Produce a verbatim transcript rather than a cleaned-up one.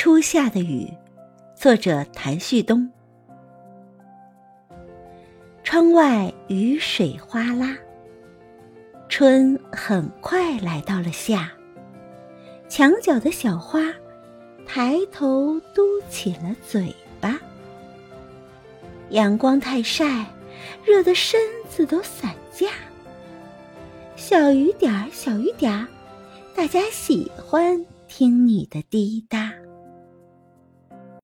初夏的雨，作者谭旭东。窗外雨水哗啦，春很快来到了夏。墙角的小花抬头嘟起了嘴巴。阳光太晒，热得身子都散架。小雨点儿，小雨点儿，大家喜欢听你的滴答。